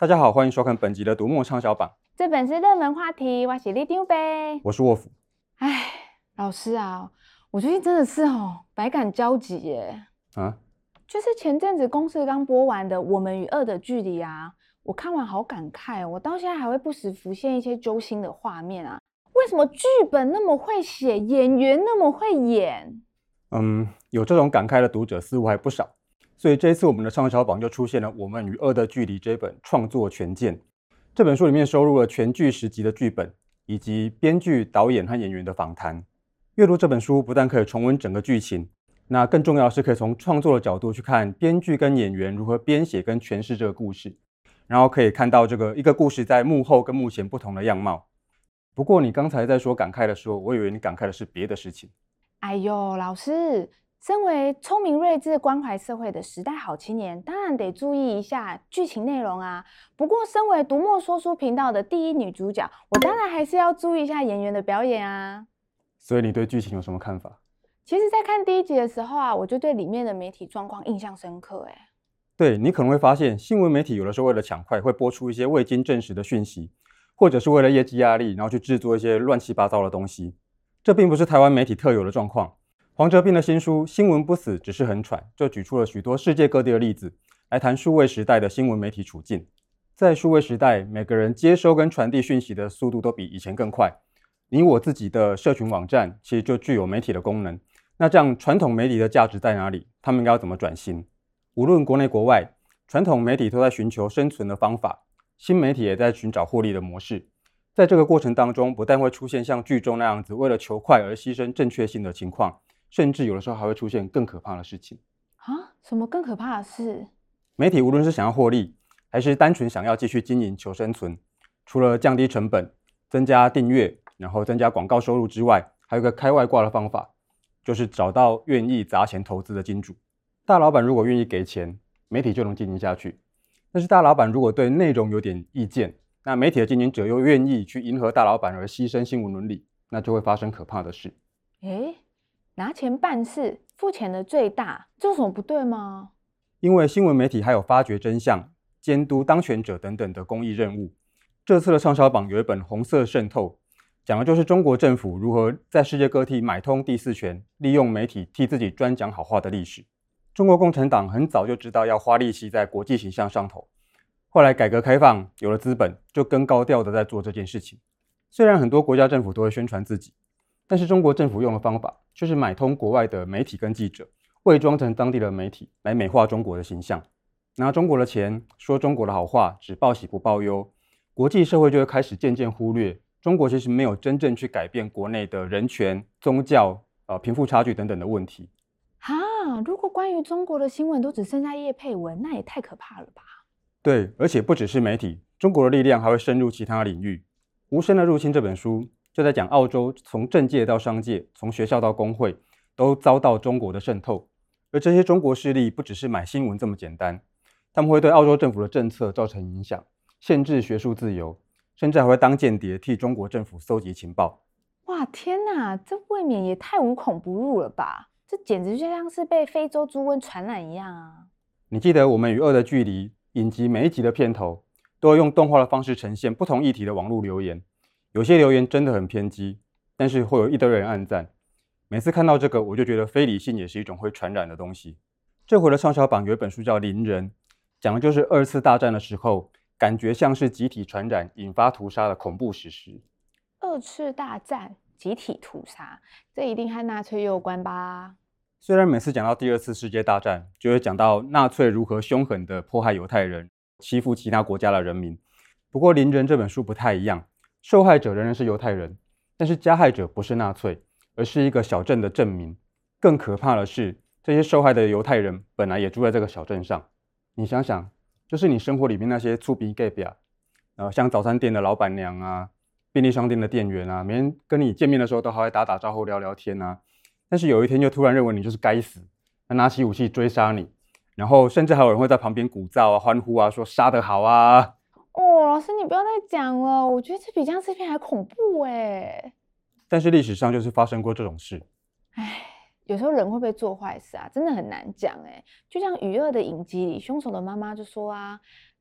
大家好，欢迎收看本集的读墨畅销榜。 这本是热门话题，我是李丢呗。 我是沃夫。 老师啊，我最近真的是百感交集耶。就是前阵子公视刚播完的《我们与恶的距离》啊，我看完好感慨，我到现在还会不时浮现一些揪心的画面啊。为什么剧本那么会写，演员那么会演？ 有这种感慨的读者似乎还不少，所以这一次我们的畅销榜就出现了《我们与恶的距离》这本创作全件。这本书里面收录了全剧10集的剧本，以及编剧、导演和演员的访谈。阅读这本书不但可以重温整个剧情，那更重要的是可以从创作的角度去看编剧跟演员如何编写跟诠释这个故事，然后可以看到一个故事在幕后跟幕前不同的样貌。不过你刚才在说感慨的时候，我以为你感慨的是别的事情。 哎呦，老师，身为聪明睿智、关怀社会的时代好青年，当然得注意一下剧情内容啊。不过，身为读墨说书频道的第一女主角，我当然还是要注意一下演员的表演啊。 所以你对剧情有什么看法？ 其实，在看第一集的时候啊，我就对里面的媒体状况印象深刻。 对，你可能会发现，新闻媒体有的时候为了抢快，会播出一些未经证实的讯息，或者是为了业绩压力，然后去制作一些乱七八糟的东西。这并不是台湾媒体特有的状况。黄哲斌的新书《新闻不死，只是很喘》就举出了许多世界各地的例子，来谈数位时代的新闻媒体处境。在数位时代，每个人接收跟传递讯息的速度都比以前更快。你我自己的社群网站其实就具有媒体的功能。那这样传统媒体的价值在哪里？他们应该要怎么转型？无论国内国外，传统媒体都在寻求生存的方法，新媒体也在寻找获利的模式。在这个过程当中，不但会出现像剧中那样子为了求快而牺牲正确性的情况，甚至有的时候还会出现更可怕的事情。 什么更可怕的事？ 媒体无论是想要获利，还是单纯想要继续经营求生存，除了降低成本、增加订阅，然后增加广告收入之外，还有一个开外挂的方法，就是找到愿意砸钱投资的金主。大老板如果愿意给钱，媒体就能经营下去。但是大老板如果对内容有点意见，那媒体的经营者又愿意去迎合大老板而牺牲新闻伦理，那就会发生可怕的事。 拿钱办事，付钱的最大，这有什么不对吗？ 因为新闻媒体还有发掘真相、监督当权者等等的公益任务。这次的畅销榜有一本《红色渗透》，讲的就是中国政府如何在世界各地买通第四权，利用媒体替自己专讲好话的历史。中国共产党很早就知道要花力气在国际形象上头，后来改革开放有了资本，就更高调的在做这件事情。虽然很多国家政府都会宣传自己，但是中国政府用的方法就是买通国外的媒体跟记者，伪装成当地的媒体来美化中国的形象，拿中国的钱说中国的好话，只报喜不报忧。国际社会就会开始渐渐忽略中国其实没有真正去改变国内的人权、宗教、贫富差距等等的问题。 如果关于中国的新闻都只剩下业配文，那也太可怕了吧？ 对，而且不只是媒体，中国的力量还会深入其他领域。无声的入侵这本书就在讲澳洲从政界到商界，从学校到工会，都遭到中国的渗透。而这些中国势力不只是买新闻这么简单，他们会对澳洲政府的政策造成影响，限制学术自由，甚至还会当间谍替中国政府搜集情报。 哇，天哪，这未免也太无孔不入了吧？这简直就像是被非洲猪瘟传染一样啊！ 你记得《我们与恶的距离》影集每一集的片头都会用动画的方式呈现不同议题的网络留言，有些留言真的很偏激，但是会有一堆人按赞。每次看到这个，我就觉得非理性也是一种会传染的东西。这回的畅销榜有一本书叫《邻人》，讲的就是2次大战的时候，感觉像是集体传染引发屠杀的恐怖史实。 2次大战集体屠杀，这一定和纳粹有关吧？ 虽然每次讲到第2次世界大战，就会讲到纳粹如何凶狠地迫害犹太人，欺负其他国家的人民。不过《邻人》这本书不太一样，受害者仍然是犹太人，但是加害者不是纳粹，而是一个小镇的镇民。更可怕的是，这些受害的犹太人本来也住在这个小镇上。你想想，就是你生活里面那些厝边隔壁像早餐店的老板娘啊，便利商店的店员啊，每天跟你见面的时候都还会打打招呼聊聊天啊，但是有一天就突然认为你就是该死，拿起武器追杀你，然后甚至还有人会在旁边鼓噪啊、欢呼啊，说杀得好啊。 老师你不要再讲了，我觉得这比僵尸片还恐怖耶。 但是历史上就是发生过这种事。 有时候人会不会做坏事啊，真的很难讲。就像《与恶的影集》里，凶手的妈妈就说啊，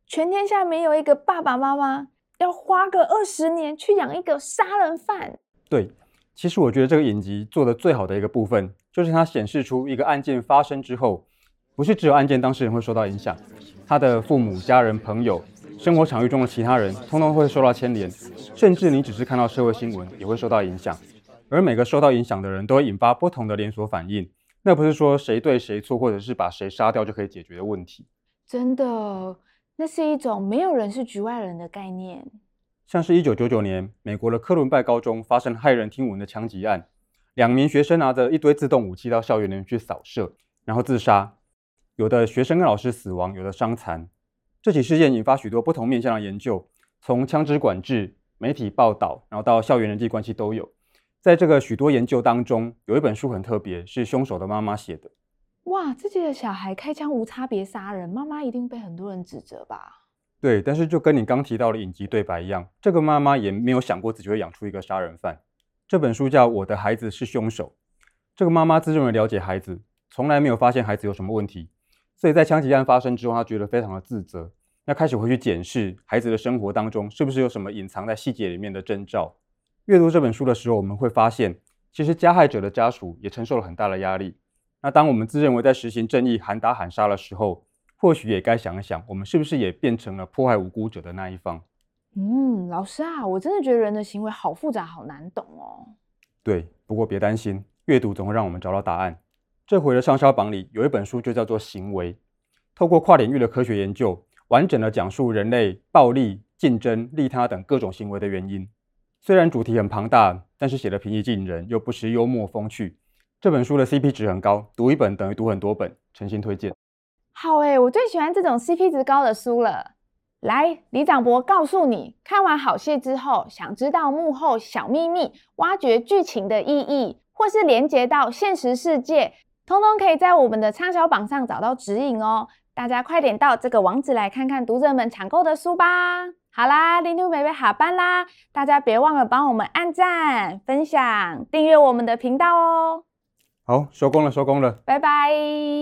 全天下没有一个爸爸妈妈要花个20年去养一个杀人犯。 对，其实我觉得这个影集做的最好的一个部分，就是它显示出一个案件发生之后，不是只有案件当事人会受到影响，他的父母、家人、朋友，生活场域中的其他人，通通会受到牵连，甚至你只是看到社会新闻也会受到影响。而每个受到影响的人都会引发不同的连锁反应，那不是说谁对谁错，或者是把谁杀掉就可以解决的问题。 真的，那是一种没有人是局外人的概念。 像是1999年，美国的科伦拜高中发生骇人听闻的枪击案，2名学生拿着一堆自动武器到校园里面去扫射，然后自杀，有的学生跟老师死亡，有的伤残。这起事件引发许多不同面向的研究，从枪支管制、媒体报道，然后到校园人际关系都有。在这个许多研究当中，有一本书很特别，是凶手的妈妈写的。 哇，自己的小孩开枪无差别杀人，妈妈一定被很多人指责吧？ 对，但是就跟你刚提到的影集对白一样，这个妈妈也没有想过自己会养出一个杀人犯。这本书叫《我的孩子是凶手》，这个妈妈自认为了解孩子，从来没有发现孩子有什么问题，所以在枪击案发生之后，她觉得非常的自责，要开始回去检视孩子的生活当中是不是有什么隐藏在细节里面的征兆。阅读这本书的时候，我们会发现，其实加害者的家属也承受了很大的压力。那当我们自认为在实行正义、喊打喊杀的时候，或许也该想一想，我们是不是也变成了迫害无辜者的那一方？ 老师啊，我真的觉得人的行为好复杂、好难懂哦。 对，不过别担心，阅读总会让我们找到答案。这回的畅销榜里有一本书就叫做《行为》，透过跨领域的科学研究，完整的讲述人类暴力、竞争、利他等各种行为的原因。虽然主题很庞大，但是写得平易近人，又不失幽默风趣。这本书的 CP 值很高，读一本等于读很多本，诚心推荐。 好我最喜欢这种 CP 值高的书了。来，李长博告诉你，看完好戏之后，想知道幕后小秘密，挖掘剧情的意义，或是连结到现实世界，通通可以在我们的畅销榜上找到指引哦。大家快点到这个网址来看看读者们抢购的书吧。好啦，林读北北下班啦，大家别忘了帮我们按赞、分享、订阅我们的频道哦。 好，收工了，收工了， 拜拜。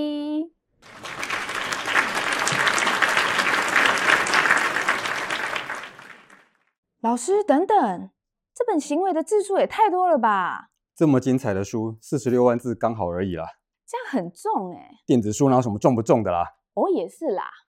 老师，等等，这本行为的字数也太多了吧？ 这么精彩的书，46万字刚好而已啦。 这样很重电子书哪有什么重不重的啦？ 哦，也是啦。